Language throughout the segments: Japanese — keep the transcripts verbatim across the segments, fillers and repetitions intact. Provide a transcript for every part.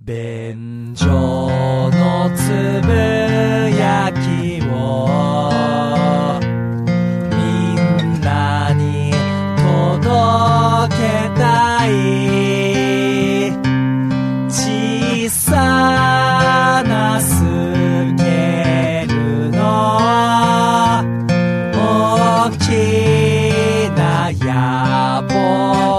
便所のつぶやきをみんなに届けたい小さなスケールの大きな野望。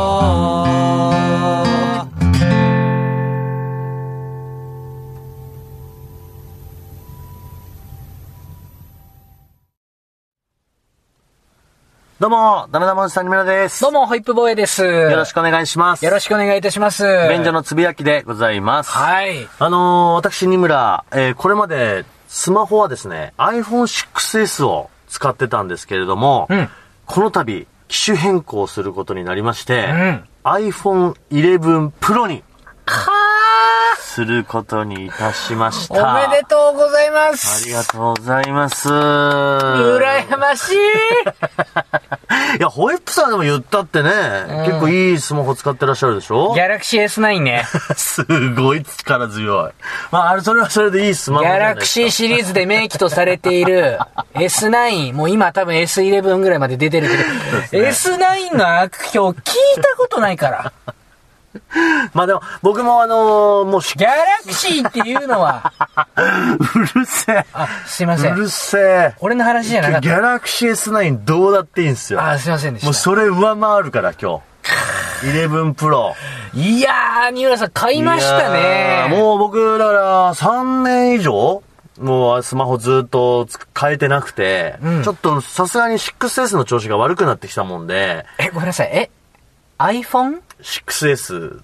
どうも、ダメダメおじさんにむらです。 どうも、ホイップボーイです。 よろしくお願いします。 よろしくお願いいたします。 便所のつぶやきでございます。 はい。 あのー、私、にむら、えー、これまでスマホはですね、アイフォンシックスエス を使ってたんですけれども、うん、この度、機種変更することになりまして、うん、アイフォンイレブンプロに、 かすることにいたしました。 おめでとうございます。 ありがとうございます。 羨ましい。 いや、ホイップさんでも言ったってね、うん、結構いいスマホ使ってらっしゃるでしょ？ ギャラクシー エスナイン ね。 すごい力強い。まあ、あれ、それはそれでいいスマホじゃないですか。 ギャラクシーシリーズで明記とされている エスナイン、もう今多分 エスイレブン ぐらいまで出てるけど、ね、エスナイン の悪評聞いたことないから。 まあでも、僕もあのー、もうギャラクシーっていうのは。 うるせえ。 あ、すいません。 うるせえ。 俺の話じゃなかった。 ギャラクシー エスナイン どうだっていいんですよ。 あ、すいませんでした。 もうそれ上回るから今日。イレブンプロ。 いやー、三浦さん買いましたね。 もう僕、だからさんねん以上もうスマホずっと変えてなくて、うん、ちょっとさすがに シックスエス の調子が悪くなってきたもんで。 え、ごめんなさい。え アイフォン？ シックスエス。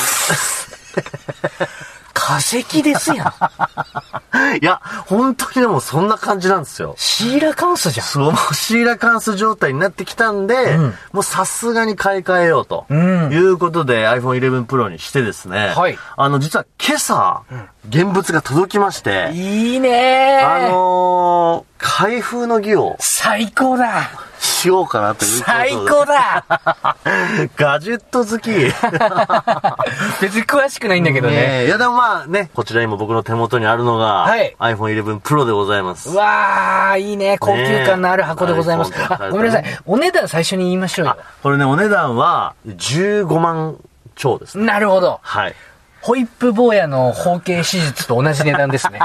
化石ですやん。いや、本当にでもそんな感じなんですよ。 シーラカンスじゃん。 そう、シーラカンス状態になってきたんで、うん、もうさすがに買い替えようと、うん、いうことで アイフォンイレブンプロにしてですね、はい、あの、実は今朝、うん、現物が届きまして、 いいねー。 あのー、開封の儀を最高だしようかなということで。 最高だガジェット好き別に詳しくないんだけどね。ねいやでもまあね、こちらにも僕の手元にあるのが、はい、アイフォンイレブンプロでございます。 うわー、いいね。高級感のある箱でございます。ね、あ、ごめんなさい。お値段最初に言いましょうよ。 これね、お値段はじゅうごまん超ですね。 なるほど。 はい。 ホイップ坊やの包茎手術と同じ値段ですね。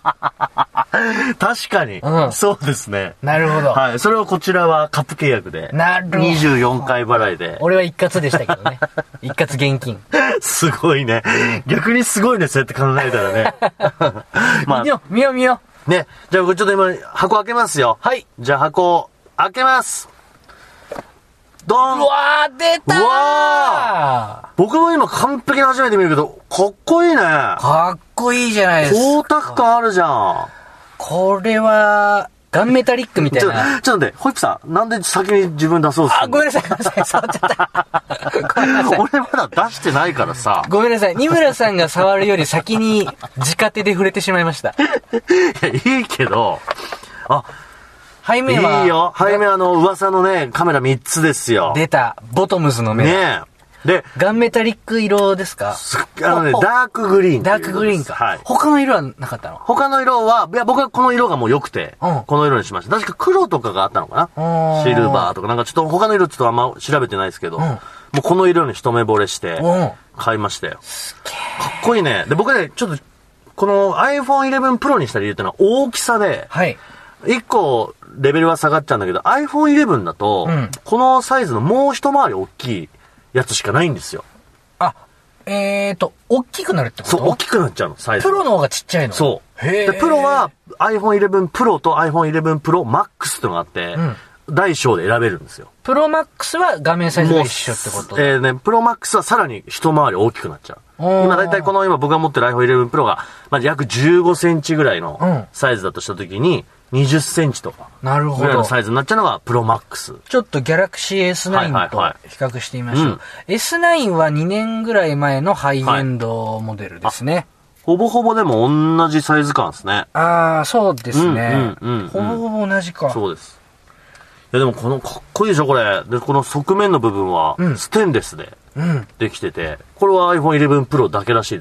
確かに、うん。そうですね。 なるほど。 はい。それをこちらはカップ契約で。 なるほど。 にじゅうよんかい払いで。 俺は一括でしたけどね。一括現金。 すごいね。逆にすごいね、そうやって考えたらね。 まあ、見よう、見よう、見よう。ね。じゃあ、ちょっと今、箱開けますよ。 はい。 じゃあ、箱、開けます。ドン！ うわー、出たー！ うわー！僕も今完璧に初めて見るけど、かっこいいね。 かっこいいじゃないですか。 光沢感あるじゃん。 これは、ガンメタリックみたいな。 ちょ、ちょっと待って、ホイップさん、なんで先に自分出そうっすあ、ごめんなさい、ごめんなさい、触っちゃった。ごめんなさい。 俺まだ出してないからさ。 ごめんなさい、二村さんが触るより先に直手で触れてしまいました。いや、いいけど、あ、 背面は。 いいよ。背面あの、噂のね、カメラみっつですよ。 出た。ボトムズの目。 ねえ。で、 ガンメタリック色ですか？ あのね、ダークグリーン。 ダークグリーンか。はい。他の色はなかったの？ 他の色は、いや、僕はこの色がもう良くて、うん、この色にしました。確か黒とかがあったのかな？シルバーとか、なんかちょっと他の色ちょっとあんま調べてないですけど、うん、もうこの色に一目惚れして、買いましたよ。 すげえ。かっこいいね。で、僕ね、ちょっと、この アイフォンイレブンプロにした理由ってのは大きさで、 はい。 一個、レベルは下がっちゃうんだけど、アイフォンイレブン だと、うん、このサイズのもう一回り大きいやつしかないんですよ。 あ、えーと、大きくなるってこと？ そう、大きくなっちゃうの、サイズ。 プロの方がちっちゃいの？ そう。へで、プロは アイフォンイレブンプロ と アイフォンイレブンプロマックス ってのがあって、うん、大小で選べるんですよ。 プロマックスは画面サイズが一緒ってこと？ えーね、プロマックスはさらに一回り大きくなっちゃう。今だいたいこの今僕が持ってる アイフォンイレブンプロ が、まあ、約じゅうごセンチぐらいのサイズだとしたときに、にじゅっセンチとか。 なるほど。 ぐらいのサイズになっちゃうのがプロマックス。 ちょっとギャラクシー エスナイン と比較してみましょう。はいはいはい、エスナイン はにねんぐらい前のハイエンドモデルですね。はい、 ほぼほぼでも同じサイズ感ですね。 ああ、そうですね。うんうんうんうん、ほぼほぼ同じか。 そうです。いやでもこのかっこいいでしょこれ。で、この側面の部分はステンレスでできてて、うん、これは アイフォンイレブンプロ だけらしいですよ。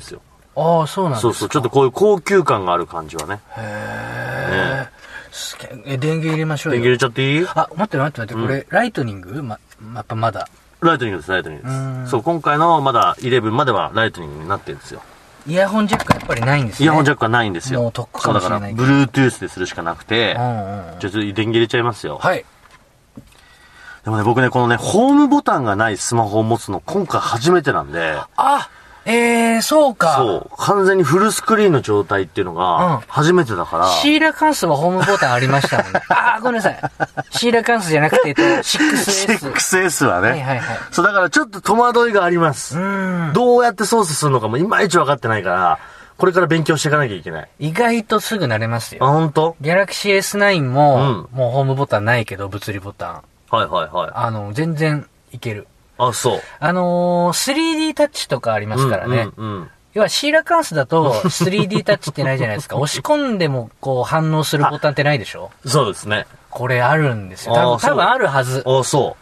ああ、そうなんですか。 そうそう、ちょっとこういう高級感がある感じはね。 へえ。すげえ。え、電源入れましょうよ。 電源入れちゃっていい？ あ、待って待って待って、これ、ライトニングま、やっぱまだ。 ライトニングです、ライトニングです。そう、今回のまだじゅういちまではライトニングになってるんですよ。 イヤホンジャックはやっぱりないんですね。 イヤホンジャックはないんですよ。 もう特化かもしれない。 そうだから、Bluetooth でするしかなくて、 うんうんうん、 ちょっと電源入れちゃいますよ。 はい。 でもね、僕ね、このね、ホームボタンがないスマホを持つの今回初めてなんで。 あ、えー、そうか。 そう。完全にフルスクリーンの状態っていうのが、初めてだから、うん。 シーラカンスはホームボタンありましたもんね。あー、ごめんなさい。シーラカンスじゃなくて、えっと、シックスエス。 シックスエス はね。 はいはいはい。 そう、だからちょっと戸惑いがあります。うん。どうやって操作するのかもいまいち分かってないから、これから勉強していかなきゃいけない。 意外とすぐ慣れますよ。 あ、ほんと？ ギャラクシー エスナイン も、うん、もうホームボタンないけど、物理ボタン。 はいはいはい。 あの、全然いける。 あ、そう。 あのー、スリーディー タッチとかありますからね。うんうんうん、要はシーラカンスだと スリーディー タッチってないじゃないですか。押し込んでもこう反応するボタンってないでしょ？ そうですね。 これあるんですよ。多分、多分あるはず。 あ、そう。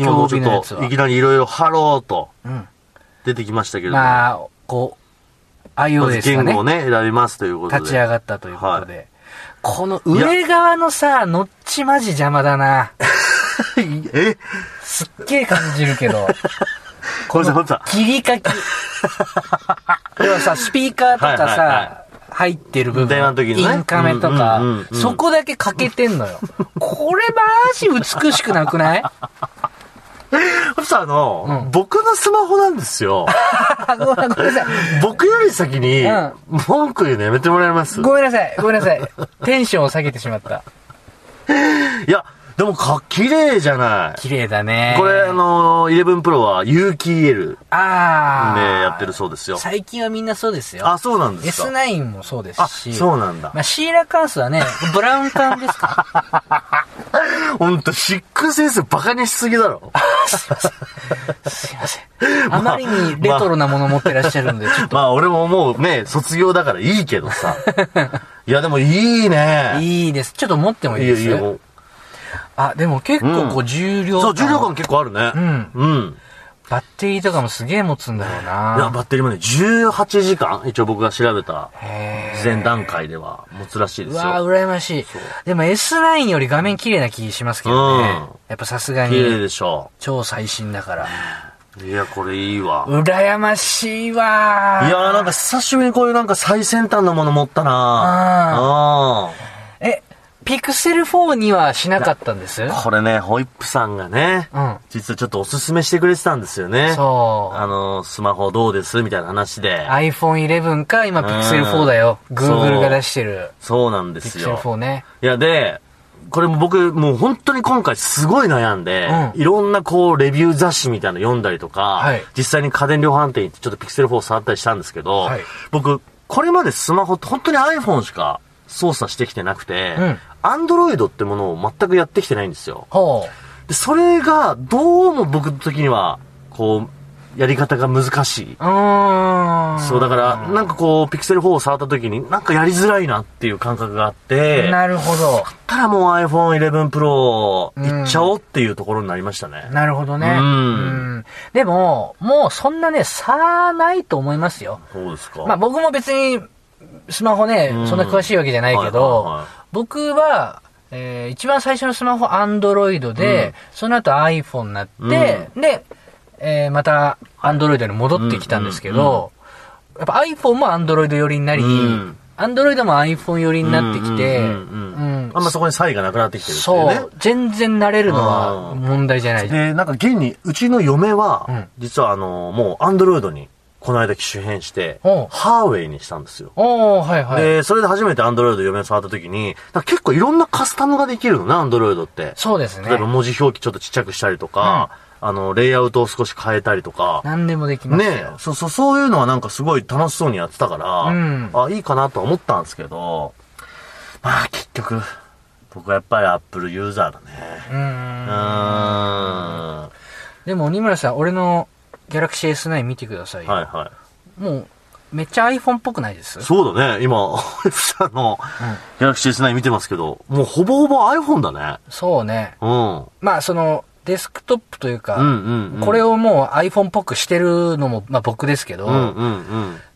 今もうちょっと、いきなりいろいろハローと、出てきましたけれども。 まあ、こう、iOS がね。 言語をね、選びますということで。 立ち上がったということで。はい、この上側のさ、ノッチマジ邪魔だな。 えすっげえ感じるけど。 この切り欠き。要はさ、スピーカーとかさ、はいはいはい、入ってる部分。 電話の時のね。 インカメとか、うんうんうんうん、そこだけ欠けてんのよ。これマジ美しくなくない？ ほんとあの、うん、僕のスマホなんですよ。 ごめんなさい。 僕より先に、文句言うのやめてもらえます？ ごめんなさい。ごめんなさい。テンションを下げてしまった。 いや、でもか、綺麗じゃない。 綺麗だね。 これ、あの、じゅういちプロは有機 イーエルあでやってるそうですよ。 最近はみんなそうですよ。 あ、そうなんですか。 エスナイン もそうですし。 あ、そうなんだ。 まあ、シーラカンスはね、ブラウン管ですか？ ほんと、シックスエス バカにしすぎだろ。 すいません。すいません。あまりにレトロなもの持ってらっしゃるんで、ちょっと。 まあ、俺ももうね、卒業だからいいけどさ。いや、でもいいね。 いいです。ちょっと持ってもいいですか？いいよ。あ、でも結構こう重量感、 うん、そう、重量感結構あるね。うん。うん。 バッテリーとかもすげえ持つんだろうな。 いや、バッテリーもね、じゅうはちじかん、一応僕が調べた前段階では持つらしいですよ。 うわー、羨ましい。でも エスナイン より画面綺麗な気しますけどね。うん、やっぱさすがに。 綺麗でしょう。 超最新だから。 いや、これいいわ。 羨ましいわー。 いやー、なんか久しぶりにこういうなんか最先端のもの持ったなー。あー。え、ピクセルフォーにはしなかったんです？ これね、ホイップさんがね、うん、実はちょっとおすすめしてくれてたんですよね。そう。あの、スマホどうですみたいな話で。 アイフォンイレブン か、今ピクセルフォーだよ。Google が出してる。 そうなんですよ。 ピクセルフォーね。 いや、で、これも僕、もう本当に今回すごい悩んで、うん、いろんなこう、レビュー雑誌みたいなの読んだりとか、はい、実際に家電量販店行ってちょっとピクセルフォー触ったりしたんですけど、はい、僕、これまでスマホって本当に iPhone しか操作してきてなくて、うん、Android ってものを全くやってきてないんですよ。で、それが、どうも僕的には、こう、やり方が難しい。あそう、だから、なんかこう、ピクセルフォーを触った時に、なんかやりづらいなっていう感覚があって、 なるほど。 だったらもう アイフォンイレブンプロ いっちゃおうっていうところになりましたね。 なるほどね。うん。うんでも、もうそんなね、差ないと思いますよ。 そうですか。 まあ僕も別に、スマホね、そんな詳しいわけじゃないけど、はいはいはい、僕は、えー、一番最初のスマホ Android で、うん、その後 iPhone になって、うん、で、えー、また、アンドロイドに戻ってきたんですけど、やっぱ iPhone もアンドロイド寄りになり、アンドロイドも iPhone 寄りになってきて、 あんまそこに差異がなくなってきてるっていうね。そう。 全然慣れるのは問題じゃない。 で、なんか現に、うちの嫁は、うん、実はあの、もうアンドロイドに、この間機種変して、ハーウェイにしたんですよ。 おー、はいはい。 で、それで初めてアンドロイド嫁を触った時に、結構いろんなカスタムができるのね、アンドロイドって。 そうですね。 例えば文字表記ちょっとちっちゃくしたりとか、うん、あの、レイアウトを少し変えたりとか。 何でもできますよ。 ね、そうそう、そういうのはなんかすごい楽しそうにやってたから、うん、あ、いいかなとは思ったんですけど、まあ結局、僕はやっぱりアップルユーザーだね。うーん。うーん。でも、二村さん、俺のギャラクシー エスナイン 見てくださいよ。 はいはい。 もう、めっちゃ iPhone っぽくないです？ そうだね。今、さんのギャラクシー エスナイン 見てますけど、もうほぼほぼ iPhone だね。 そうね。 うん。 まあ、その、デスクトップというか、うんうんうん、これをもう iPhone っぽくしてるのも、まあ僕ですけど、うんうんうん、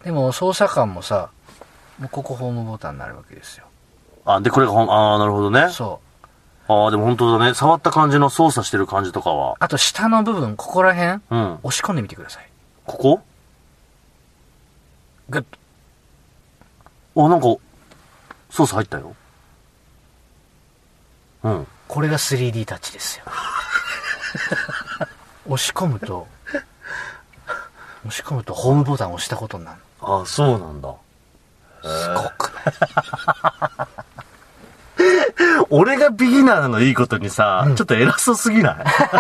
でも操作感もさ、もうここホームボタンになるわけですよ。 あ、で、これがほん、ああ、なるほどね。 そう。 ああ、でも本当だね。触った感じの操作してる感じとかは。 あと下の部分、ここら辺、 うん。 押し込んでみてください。 ここグッと。あ、なんか、操作入ったよ。うん。 これが スリーディー タッチですよ。押し込むと、押し込むとホームボタンを押したことになる。 ああ、そうなんだ。 すごくない俺がビギナーのいいことにさ、うん、ちょっと偉そうすぎない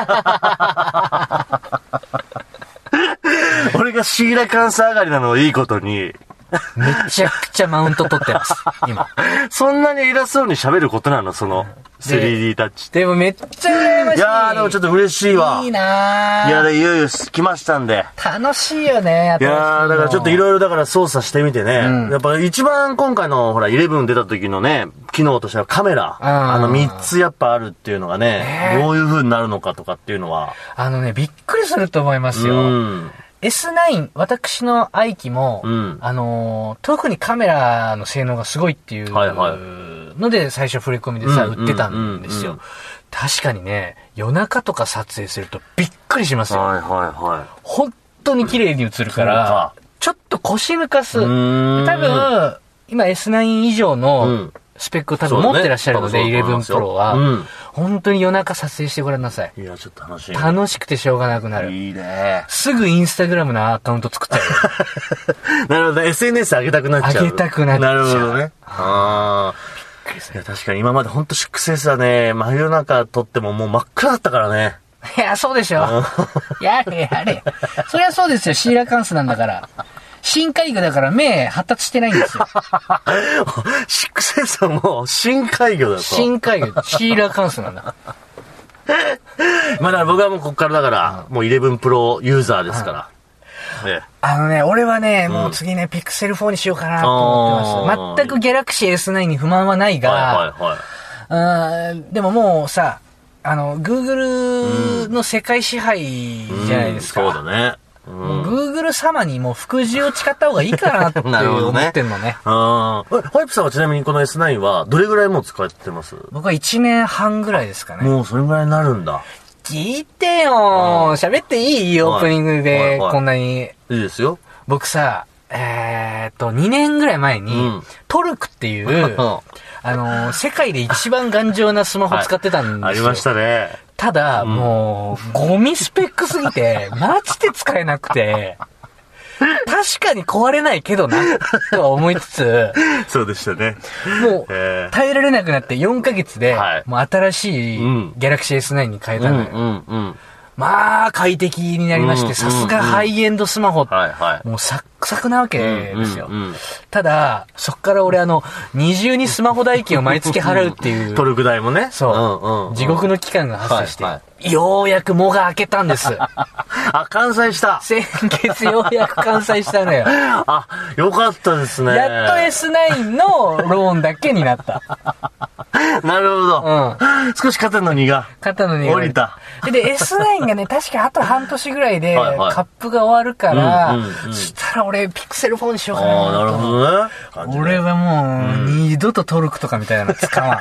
俺がシーラカンス上がりなのいいことに、 めちゃくちゃマウント取ってます、今。 そんなに偉そうに喋ることなのその、スリーディー タッチ。 でもめっちゃ羨ましい。 いやーでもちょっと嬉しいわ。 いいなー。 いやでいよいよ来ましたんで。 楽しいよね、 いやーだからちょっといろいろだから操作してみてね。うん、やっぱ一番今回のほら、じゅういち出た時のね、機能としてはカメラ。あのみっつやっぱあるっていうのがね、どういう風になるのかとかっていうのは。 あのね、びっくりすると思いますよ。うん、エスナイン、私の愛機も、うん、あのー、特にカメラの性能がすごいっていうので、最初振り込みでさ、売ってたんですよ。確かにね、夜中とか撮影するとびっくりしますよ。はいはいはい。本当に綺麗に映るから、ちょっと腰抜かす。多分、今 エスナイン 以上のスペックを多分持ってらっしゃるので、じゅういちプロは。本当に夜中撮影してごらんなさい。 いや、ちょっと楽しい、ね。 楽しくてしょうがなくなる。 いいね。 すぐインスタグラムのアカウント作っちゃう。なるほど。エスエヌエス 上げたくなっちゃう。 上げたくなっちゃう。 なるほどね。ああ。いや、確かに今までほんと シックスエス はね、真夜中撮ってももう真っ暗だったからね。 いや、そうでしょ。やれやれ。そりゃそうですよ。シーラカンスなんだから。深海魚だから目発達してないんですよ。 シックスエス はもう深海魚だと。 深海魚、シーラカンスなんだ。 まあだから僕はもうこっからだから、もうじゅういちプロユーザーですから。 ええ、あのね、俺はね、もう次ね、ピクセルフォーにしようかなと思ってます。全くギャラクシー エスナイン に不満はないが、はいはいはい、うんでももうさ、あの、Google の世界支配じゃないですか。 うん、そうだね。 うん、Google 様にもう服従を誓った方がいいかなって思ってんのね。 ああ。ホイップさんはちなみにこの エスナイン はどれぐらいもう使ってます？ 僕はいちねんはんぐらいですかね。 もうそれぐらいになるんだ。 聞いてよー。喋っていい？オープニングでこんなに。いいですよ。 僕さ、えーっと、にねんぐらい前に、うん、トルクっていう、あのー、世界で一番頑丈なスマホ使ってたんですよ。はい、 ありましたね。 ただ、うん、もう、ゴミスペックすぎて、マジで使えなくて、確かに壊れないけどな、とは思いつつ、 そうでしたね。 もう、えー、耐えられなくなってよんかげつで、はい、もう新しいギャラクシー エスナイン に変えたのよ。うんうんうん、まあ、快適になりまして、さすがハイエンドスマホ、はいはい、もうサックサクなわけですよ。うんうんうん、ただ、そっから俺あの、二重にスマホ代金を毎月払うっていう。 トルク代もね。 そう、うんうん。地獄の期間が発生して、はいはい、ようやく藻が開けたんです。 あ、完済した。 先月ようやく完済したのよ。 あ、よかったですね。 やっと エスナイン のローンだけになった。 なるほど。うん。少し肩の荷が。 肩の荷が。 降りた。 で、エスナイン がね、確かあと半年ぐらいで、カップが終わるから、そしたら俺、ピクセルフォンにしようかな。 ああ、なるほどね。 俺はもう、二度とトルクとかみたいなの使わん。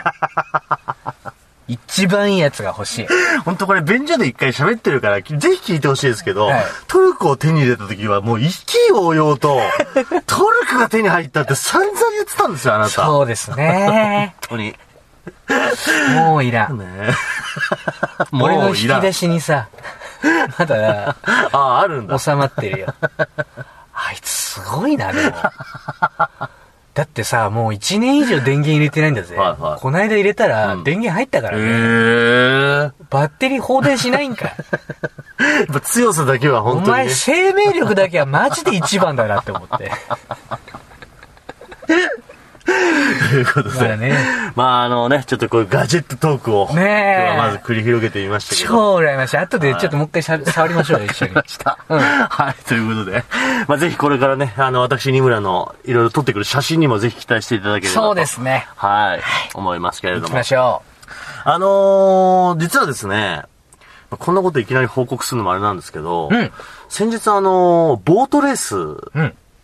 一番いいやつが欲しい。 本当これ、便所で一回喋ってるから、ぜひ聞いてほしいですけど、はい、トルクを手に入れた時はもう意気揚々と、トルクが手に入ったって散々言ってたんですよ、あなた。 そうですね。 本当に。 もういらん。ね、もういらん。俺の引き出しにさ、まだ、 あ、あるんだ。 収まってるよ。あいつすごいな、でも。だってさ、もういちねん以上電源入れてないんだぜ。はいはい、こないだ入れたら、電源入ったからね。うん、へバッテリー放電しないんか。 強さだけは本当に、ね。 お前生命力だけはマジで一番だなって思って。 ということで。まあね。まああのね、ちょっとこういうガジェットトークを。ねえ。今日はまず繰り広げてみましたけど。 超羨ましい。後でちょっともう一回触りましょうよ、一緒に。した。 うん。はい、ということで。まあぜひこれからね、あの、私、二村のいろいろ撮ってくる写真にもぜひ期待していただければと。 そうですね。 はい。思いますけれども。 行きましょう。 あのー、実はですね、こんなこといきなり報告するのもあれなんですけど、うん、先日あのー、ボートレースを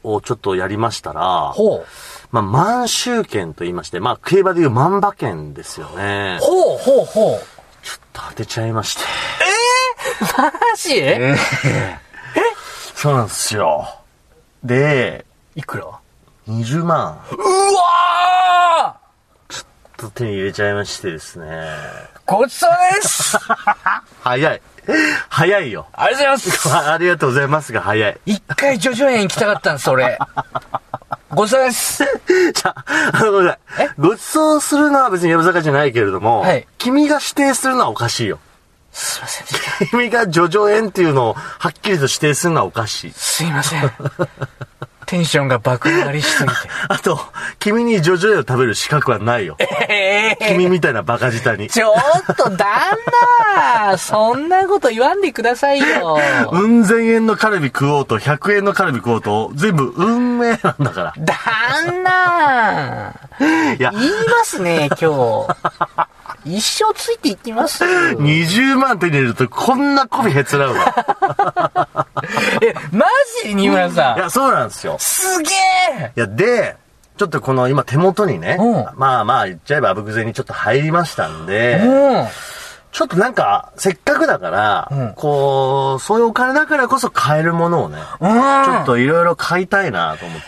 をちょっとやりましたら、 ほう。 まあ、満州券と言いまして、まあ、競馬でいう万馬券ですよね。 ほうほうほう。 ちょっと当てちゃいまして。 えー、マジええー、えそうなんですよ。で、 いくら ? にじゅうまん。 うわーちょっと手に入れちゃいましてですね。 ごちそうです早い。早いよ。 ありがとうございます。 ありがとうございますが、早い。 一回ジョジョ園行きたかったんです、俺。ごちそうです。 じゃあ、あの、ごめんなさい。ごちそうするのは別にやぶさかじゃないけれども、はい、君が指定するのはおかしいよ。 すいませんでした。 君がジョジョ園っていうのをはっきりと指定するのはおかしい。 すいません。テンションが爆上がりしすぎて。 あと、君にジョジョ園を食べる資格はないよ。えー、君みたいなバカ舌に。 ちょっと旦那そんなこと言わんでくださいよ。 うん千円のカルビ食おうとひゃくえんのカルビ食おうと全部運命なんだから。 旦那いや言いますね、今日。一生ついていきますよ。 にじゅうまん手に入れるとこんなコビへつらうわ。 え、マジ二村さん。 いや、そうなんですよ。 すげえ。 いや、で、ちょっとこの今手元にね、うん、まあまあ言っちゃえばあぶくぜにちょっと入りましたんで、うん、ちょっとなんか、せっかくだから、うん、こう、そういうお金だからこそ買えるものをね、うん、ちょっといろいろ買いたいなと思って、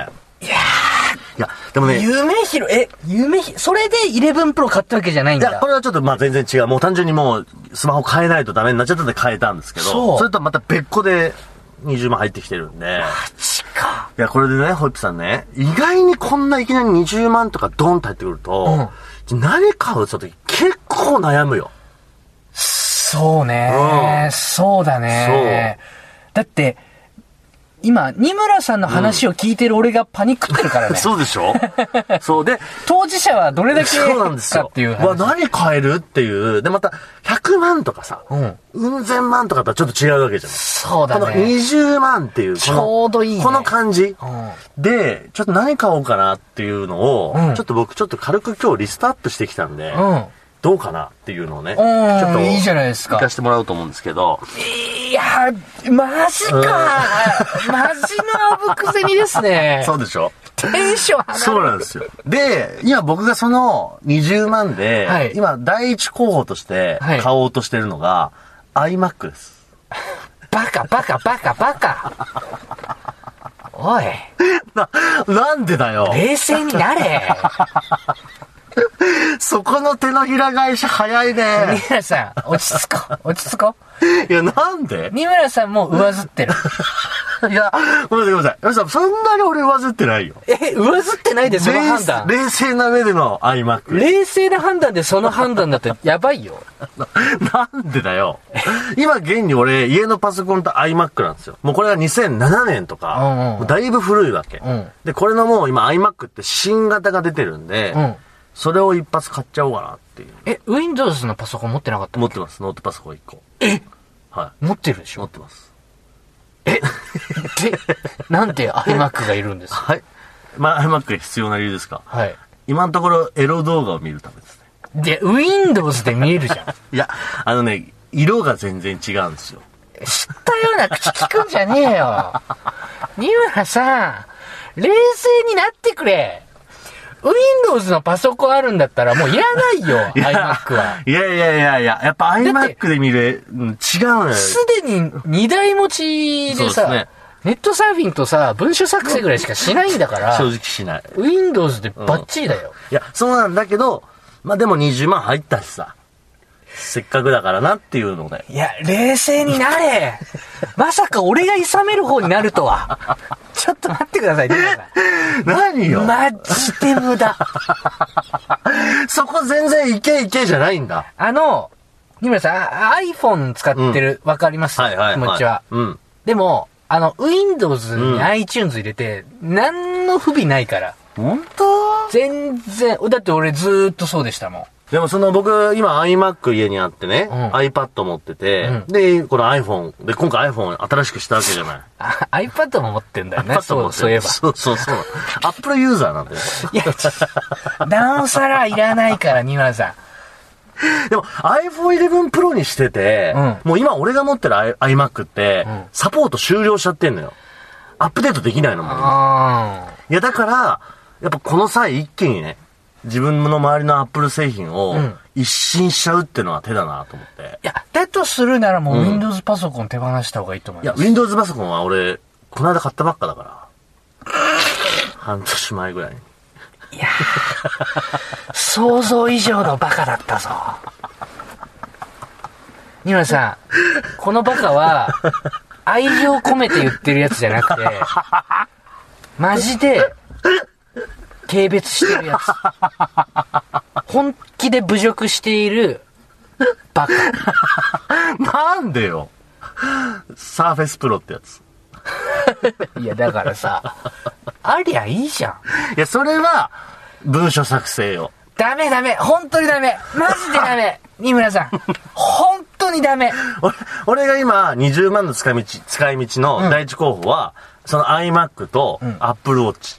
いやー、 いや、でもね。 夢広、え、夢広、それでじゅういちプロ買ったわけじゃないんだ。 いや、これはちょっとまあ全然違う。もう単純にもうスマホ変えないとダメになっちゃったんで変えたんですけど、そ, それとまた別個でにじゅうまん入ってきてるんで。 マジか。 いや、これでね、ホイップさんね、意外にこんないきなりにじゅうまんとかドンと入ってくると、うん、何買うって言った時結構悩むよ。 そうね、うん、そうだね。そう。だって、今、二村さんの話を聞いてる俺がパニックってるからね。 うん、そうでしょそうで、 当事者はどれだけそうなんですよ。 っていう話。 うわ、何買えるっていう。で、また、ひゃくまんとかさ、うん、うん千万とかとはちょっと違うわけじゃん。 そうだね。 このにじゅうまんっていう、 ちょうどいい、ね、 この感じ、うん。で、ちょっと何買おうかなっていうのを、うん、ちょっと僕ちょっと軽く今日リストアップしてきたんで、うん、どうかなっていうのをね、ちょっといいじゃないですか。 聞かせてもらおうと思うんですけど。 いやー、マジかー、うん、マジのあぶくぜにですね。 そうでしょ。 テンション上がる。 そうなんですよ。で、今僕がそのにじゅうまんで、はい、今第一候補として買おうとしてるのが、はい、iMac です。 バカバカバカバカ。おい。 な、なんでだよ。 冷静になれ。 そこの手のひら返し早いね。 二村さん、落ち着こう。落ち着こう。いや、なんで二村さんも上ずってる。 いや、ごめんなさい、ごめんなさい。皆さん、そんなに俺上ずってないよ。 え、上ずってないでその判断。 冷静な目での iMac。 冷静な判断でその判断だってやばいよ。 なんでだよ。今現に俺、家のパソコンと iMac なんですよ。もうこれがにせんななねんとか、うんうん、もうだいぶ古いわけ、うん。で、これのもう今 iMac って新型が出てるんで、うん、それを一発買っちゃおうかなっていう。 え、Windows のパソコン持ってなかったっけ？ 持ってます。ノートパソコンいっこ。 え？ はい。 持ってるでしょ？ 持ってます。 えで、なんで iMac がいるんですか？ はい。まあ、iMac が必要な理由ですか？ はい。 今のところエロ動画を見るためですね。で、Windows で見えるじゃん。 いや、あのね、色が全然違うんですよ。 知ったような口聞くんじゃねえよ。二村さん、冷静になってくれ。Windows のパソコンあるんだったらもういらないよ、iMac は。 いやいやいやいや、やっぱ iMac で見る、違うのよ。 すでににだい持ちでさ、ね、ネットサーフィンとさ、文書作成ぐらいしかしないんだから。 正直しない。 Windows でバッチリだよ、 うん。いや、そうなんだけど、まあでもにじゅうまん入ったしさ。せっかくだからなっていうので。 いや、冷静になれ。まさか俺が諌める方になるとは。ちょっと待ってください、ね、 何よ。 マジで無駄。 そこ全然いけいけじゃないんだ。 あの、二村さん、iPhone 使ってる、わ、うん、かります、はいはいはい、気持ちは。うん。でも、あの、Windows に iTunes 入れて、うん、何の不備ないから。 本当？ 全然、だって俺ずーっとそうでしたもん。 でもその僕、今 iMac 家にあってね、うん、iPad 持ってて、うん、で、この iPhone、で、今回 iPhone 新しくしたわけじゃない。 あ、iPad も持ってんだよね。そう、そういえば。 そうそうそう。Apple ユーザーなんだよ。いや、なおさらいらないから、二村さん。でも iPhone イレブン Pro にしてて、うん、もう今俺が持ってる iMac って、うん、サポート終了しちゃってんのよ。 アップデートできないのもん。あいや、だから、やっぱこの際一気にね、自分の周りのアップル製品を一新しちゃうっていうのは手だなと思って。うん、いや、だとするならもう Windows パソコン手放した方がいいと思います。 いや、Windows パソコンは俺、この間買ったばっかだから。半年前ぐらいに。 いやー、想像以上のバカだったぞ。二村さん、このバカは、愛情込めて言ってるやつじゃなくて、マジで、軽蔑してるやつ。本気で侮辱している、バカ。 なんでよ。サーフェスプロってやつ。 いや、だからさ、ありゃいいじゃん。 いや、それは、文書作成よ。 ダメダメ。本当にダメ。マジでダメ。二村さん。本当にダメ。 俺、俺が今、にじゅうまんの使い道、使い道の第一候補は、うん、その iMac と Apple Watch。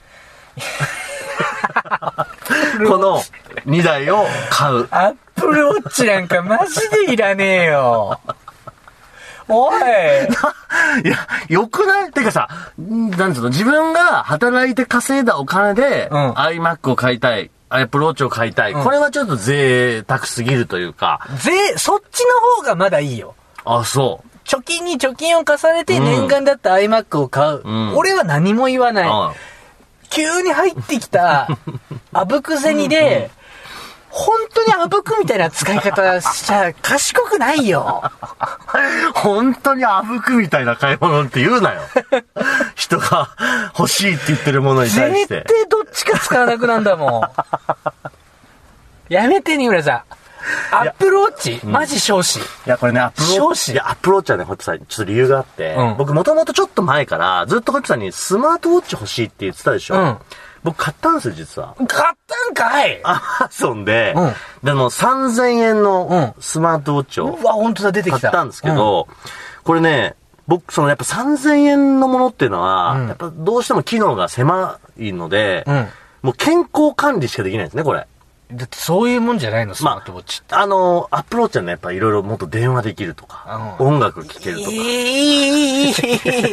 うん、このにだいを買う。 Apple Watch なんかマジでいらねえよ。おい。 いや、よくないってかさ、なんつうの、自分が働いて稼いだお金で、うん、iMac を買いたい。Apple Watch を買いたい、うん。これはちょっと贅沢すぎるというか。 ぜ、そっちの方がまだいいよ。 あ、そう。 貯金に貯金を重ねて念願だった iMac を買う。うん、俺は何も言わない。うん、急に入ってきた、あぶく銭で、うんうん、本当にあぶくみたいな使い方しちゃ賢くないよ。 本当にあぶくみたいな買い物って言うなよ。人が欲しいって言ってるものに対して。 絶対どっちか使わなくなんだもん。やめて、二村さん。アップルウォッチマジ少子。いや、これね、アップルウォッチ。いや、アップルウォッチはね、ホットさん、ちょっと理由があって、うん、僕もともとちょっと前から、ずっとホットさんにスマートウォッチ欲しいって言ってたでしょ。うん、僕買ったんですよ、実は。 買ったんかい？ アマゾンで、うん、でもさんぜんえんのスマートウォッチを、 うわ、本当だ、出てきた。 買ったんですけど、うん、これね、僕、そのやっぱさんぜんえんのものっていうのは、うん、やっぱどうしても機能が狭いので、うん、もう健康管理しかできないんですね、これ。 だってそういうもんじゃないの、スマートウォッチって。 まあ、あの、アップルウォッチはね、やっぱいろいろもっと電話できるとか、うん、音楽聴けるとか。いい、いい、い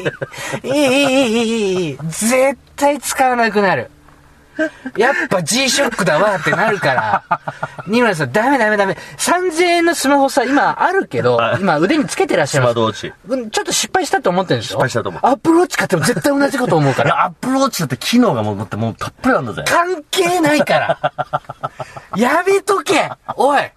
い、いい、絶対使わなくなる。やっぱ G ショックだわってなるから。二村さん、ダメダメダメ。さんぜんえんのスマホさ、今あるけど、今腕につけてらっしゃいます。 スマートウォッチ。 ちょっと失敗したと思ってるんでしょ？ 失敗したと思う。 アップルウォッチ買っても絶対同じこと思うから。 いや、アップルウォッチだって機能がもう、もうたっぷりあるんだぜ。 関係ないから。やめとけおい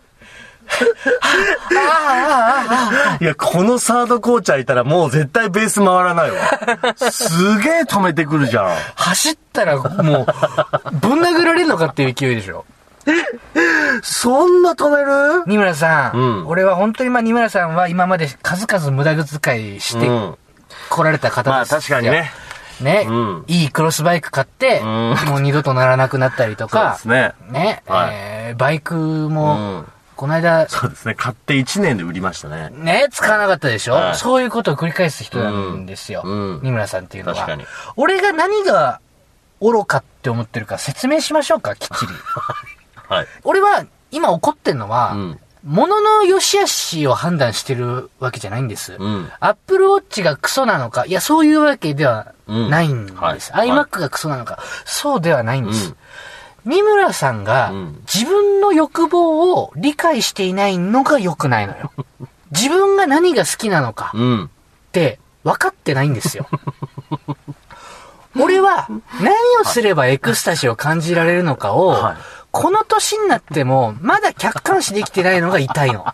いや、このサードコーチャーいたらもう絶対ベース回らないわ。すげえ止めてくるじゃん。 走ったらもう、ぶん殴られるのかっていう勢いでしょ。 そんな止める？ 二村さん、うん、俺は本当にまあ二村さんは今まで数々無駄遣いして来られた方ですよ。 まあ確かにね。 ね、うん、いいクロスバイク買って、うん、もう二度とならなくなったりとか、 そうですね。 ね、はい、えー、バイクも、うんこの間。 そうですね。買っていちねんで売りましたね。 ね、使わなかったでしょ、はい、そういうことを繰り返す人なんですよ。うん、二村さんっていうのは。確かに。俺が何が愚かって思ってるか説明しましょうか、きっちり。はい。俺は、今怒ってんのは、うん、物の良し悪しを判断してるわけじゃないんです。うん、アップルウォッチがクソなのか、いや、そういうわけではないんです。うんはい、iMac がクソなのか、そうではないんです。うん三村さんが自分の欲望を理解していないのが良くないのよ。自分が何が好きなのかって分かってないんですよ。俺は何をすればエクスタシーを感じられるのかをこの年になってもまだ客観視できてないのが痛いの。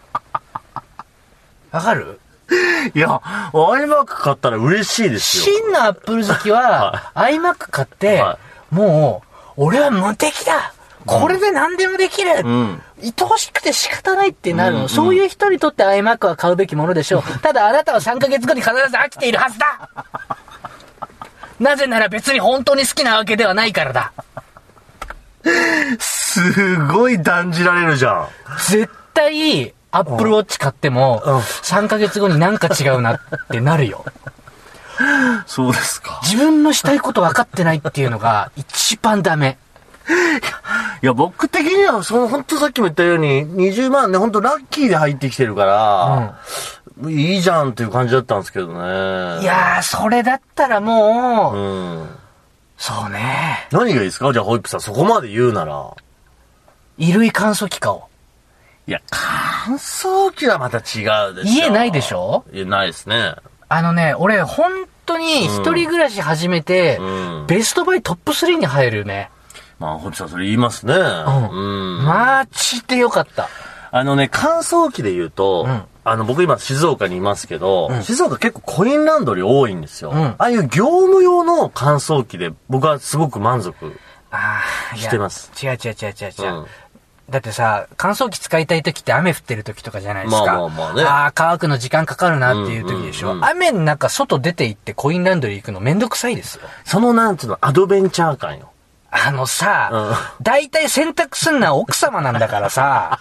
わかる？ いや、iMac 買ったら嬉しいですよ。 真のアップル好きは iMac 買ってもう俺は無敵だ、これで何でもできる、うん、愛おしくて仕方ないってなるの、うんうん、そういう人にとって iMac は買うべきものでしょう。ただあなたはさんかげつごに必ず飽きているはずだ。なぜなら別に本当に好きなわけではないからだ。 すごい断じられるじゃん。 絶対アップルウォッチ買ってもさんかげつごになんか違うなってなるよ。 そうですか。 自分のしたいこと分かってないっていうのが一番ダメ。 いや、僕的には、その、本当さっきも言ったように、にじゅうまんね、本当ラッキーで入ってきてるから、 いいじゃんっていう感じだったんですけどね。 いやー、それだったらもう、 うん。 そうね。 何がいいですか？じゃあホイップさん、そこまで言うなら。 衣類乾燥機買おう。 いや、乾燥機はまた違うでしょ。 家ないでしょ？ 家ないですね。 あのね、俺、本当に一人暮らし始めて、うん、ベストバイトップスリーに入るよね。 まあ、ホイップさんそれ言いますね。うん。 うん、マジでよかった。 あのね、乾燥機で言うと、うん、あの、僕今静岡にいますけど、うん、静岡結構コインランドリー多いんですよ。うん、ああいう業務用の乾燥機で僕はすごく満足してます。 違う違う違う違う違う。うん、だってさ、乾燥機使いたい時って雨降ってる時とかじゃないですか。まあまあまあね。ああ、乾くの時間かかるなっていう時でしょ。うんうんうん、雨の中外出て行ってコインランドリー行くのめんどくさいですよ。 そのなんつうの、アドベンチャー感よ。 あのさ、うん、大体洗濯すんのは奥様なんだからさ、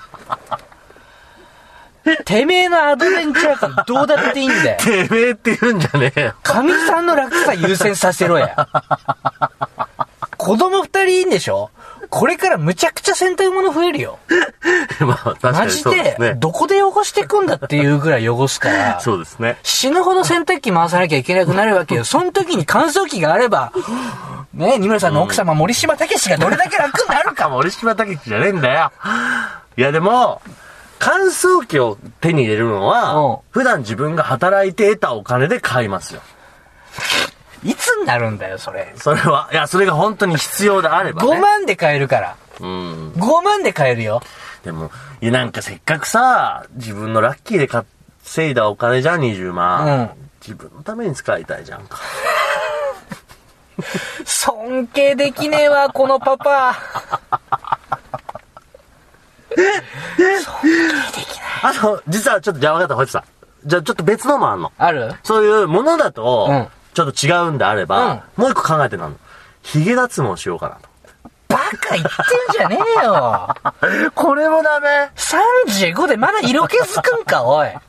てめえのアドベンチャー感どうだっていいんだよ。 てめえって言うんじゃねえよ。 神さんの楽さ優先させろや。子供二人いいんでしょ？これからむちゃくちゃ洗濯物増えるよ。 まあ、確かにそうですね。 マジで、どこで汚してくんだっていうぐらい汚すから。 そうですね。 死ぬほど洗濯機回さなきゃいけなくなるわけよ。その時に乾燥機があれば、ね、二村さんの奥様、うん、森島武史がどれだけ楽になるか。 森島武史じゃねえんだよ。いやでも、乾燥機を手に入れるのは、うん、普段自分が働いて得たお金で買いますよ。 いつになるんだよ、それ。 それは、いや、それが本当に必要であればね。 ごまんで買えるから。 うん。 ごまんで買えるよ。 でも、いや、なんかせっかくさ、自分のラッキーで稼いだお金じゃん、にじゅうまん。うん。自分のために使いたいじゃんか。 尊敬できねえわ、このパパ。尊敬できない。 あの、実はちょっと、じゃあ分かった、ホイップさん。じゃあちょっと別のもあんの。 ある？ そういうものだと、うん、ちょっと違うんであれば、うん、もう一個考えてなんの。髭脱毛しようかなと。 バカ言ってんじゃねえよ。 これもダメ？ さんじゅうご でまだ色気づくんか、おい。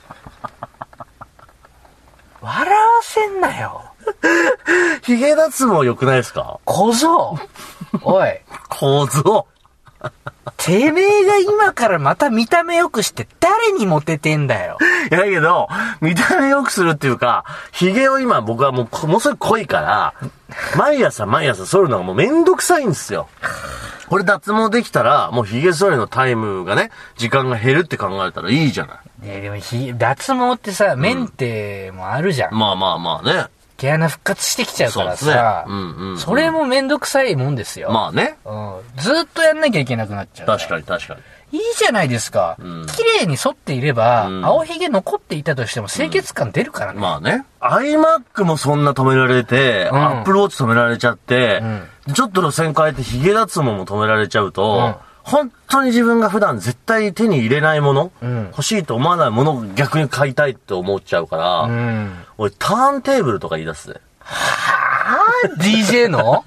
笑わせんなよ。 髭脱毛良くないですか？ 小僧。おい。 小僧。 てめえが今からまた見た目良くして誰にモテてんだよ。 いやだけど、見た目良くするっていうか、髭を今僕はもうものすごい濃いから、毎朝毎朝剃るのがもうめんどくさいんですよ。これ脱毛できたら、もう髭剃りのタイムがね、時間が減るって考えたらいいじゃない。 ね、でもひ、脱毛ってさ、メンテもあるじゃん。 うん、まあまあまあね。 毛穴復活してきちゃうからさ、そ、ねうんうんうん、それもめんどくさいもんですよ。 まあね、 うん。ずっとやんなきゃいけなくなっちゃう。 確かに確かに。 いいじゃないですか。うん、綺麗に剃っていれば、うん、青ひげ残っていたとしても清潔感出るからね。 うん、まあね。iMac もそんな止められて、うん、Apple Watch 止められちゃって、うん、ちょっと路線変えてヒゲ脱毛も止められちゃうと、うん本当に自分が普段絶対手に入れないもの、うん、欲しいと思わないものを逆に買いたいって思っちゃうから、うん、俺ターンテーブルとか言い出すぜ。 はぁ ディージェー の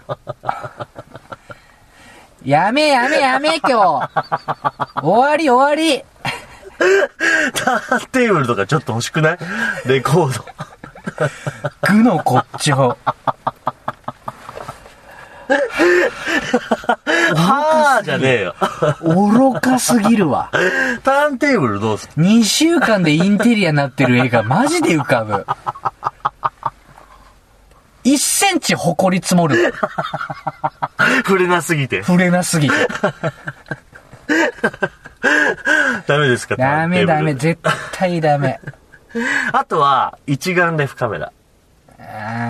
やめやめやめ今日。終わり終わり。 ターンテーブルとかちょっと欲しくない？レコード。 具の骨頂。 はぁじゃねえよ。 愚かすぎるわ。 ターンテーブルどうする？ にしゅうかんでインテリアになってる絵がマジで浮かぶ。いっセンチ埃積もる。 触れなすぎて。 触れなすぎて。 ダメですか？ ダメダメ、絶対ダメ。 あとは、一眼レフカメラ。 あ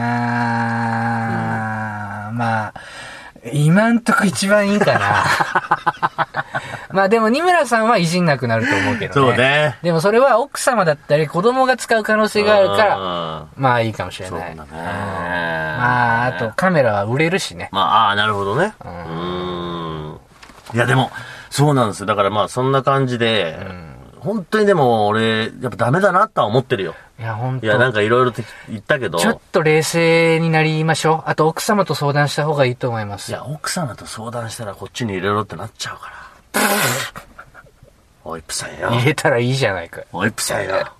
ー、うん、まあ、今んとこ一番いいかな。まあでも、二村さんはいじんなくなると思うけどね。 そうね。 でもそれは奥様だったり子供が使う可能性があるから、まあいいかもしれない。 そうだね。 まあ、あとカメラは売れるしね。 まあ、ああ、なるほどね。うーん。いやでも、そうなんですよ。だからまあそんな感じで、うん本当にでも俺、やっぱダメだなとは思ってるよ。 いや、本当。 いや、なんかいろいろと言ったけど。 ちょっと冷静になりましょう。あと奥様と相談した方がいいと思います。 いや、奥様と相談したらこっちに入れろってなっちゃうから。おいっぷさんよ。 入れたらいいじゃないか。 おいっぷさんよ。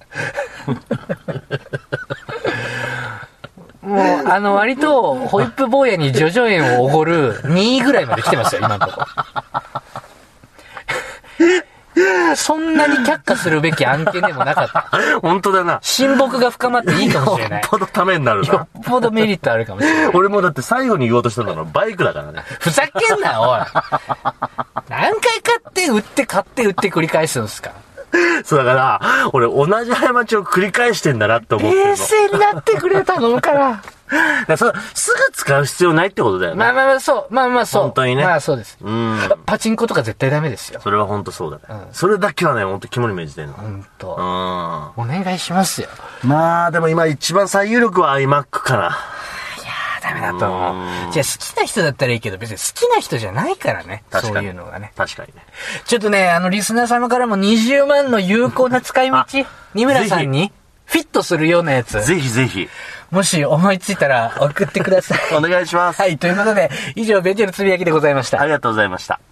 もう、あの、割と、ホイップ坊やにジョジョ園をおごるにいぐらいまで来てますよ、今のところ。 そんなに却下するべき案件でもなかった。 本当だな。 親睦が深まっていいかもしれない。 よっぽどためになるな。 よっぽどメリットあるかもしれない。 俺もだって最後に言おうとしたのはバイクだからね。 ふざけんなよ、おい。何回買って売って買って売って繰り返すんですか。 そうだから、俺同じ過ちを繰り返してんだなって思ってるの。 冷静になってくれ頼むから。 らそすぐ使う必要ないってことだよね。 まあまあまあ、そう。まあまあそう。 本当にね。 まあそうです。 うん。 パチンコとか絶対ダメですよ。 それは本当そうだね。 うん、 それだけはね、本当肝に銘じてるの。 本当。 うん。 お願いしますよ。 まあ、でも今一番最有力は iMac かな。 ダメだと思う。じゃあ好きな人だったらいいけど、別に好きな人じゃないからね。そういうのがね。 確かにね。 ちょっとね、あの、リスナー様からもにじゅうまんの有効な使い道、二村さんにフィットするようなやつ。 ぜひぜひ。 もし思いついたら送ってください。 お願いします。 はい、ということで、以上、ベンチのつぶやきでございました。 ありがとうございました。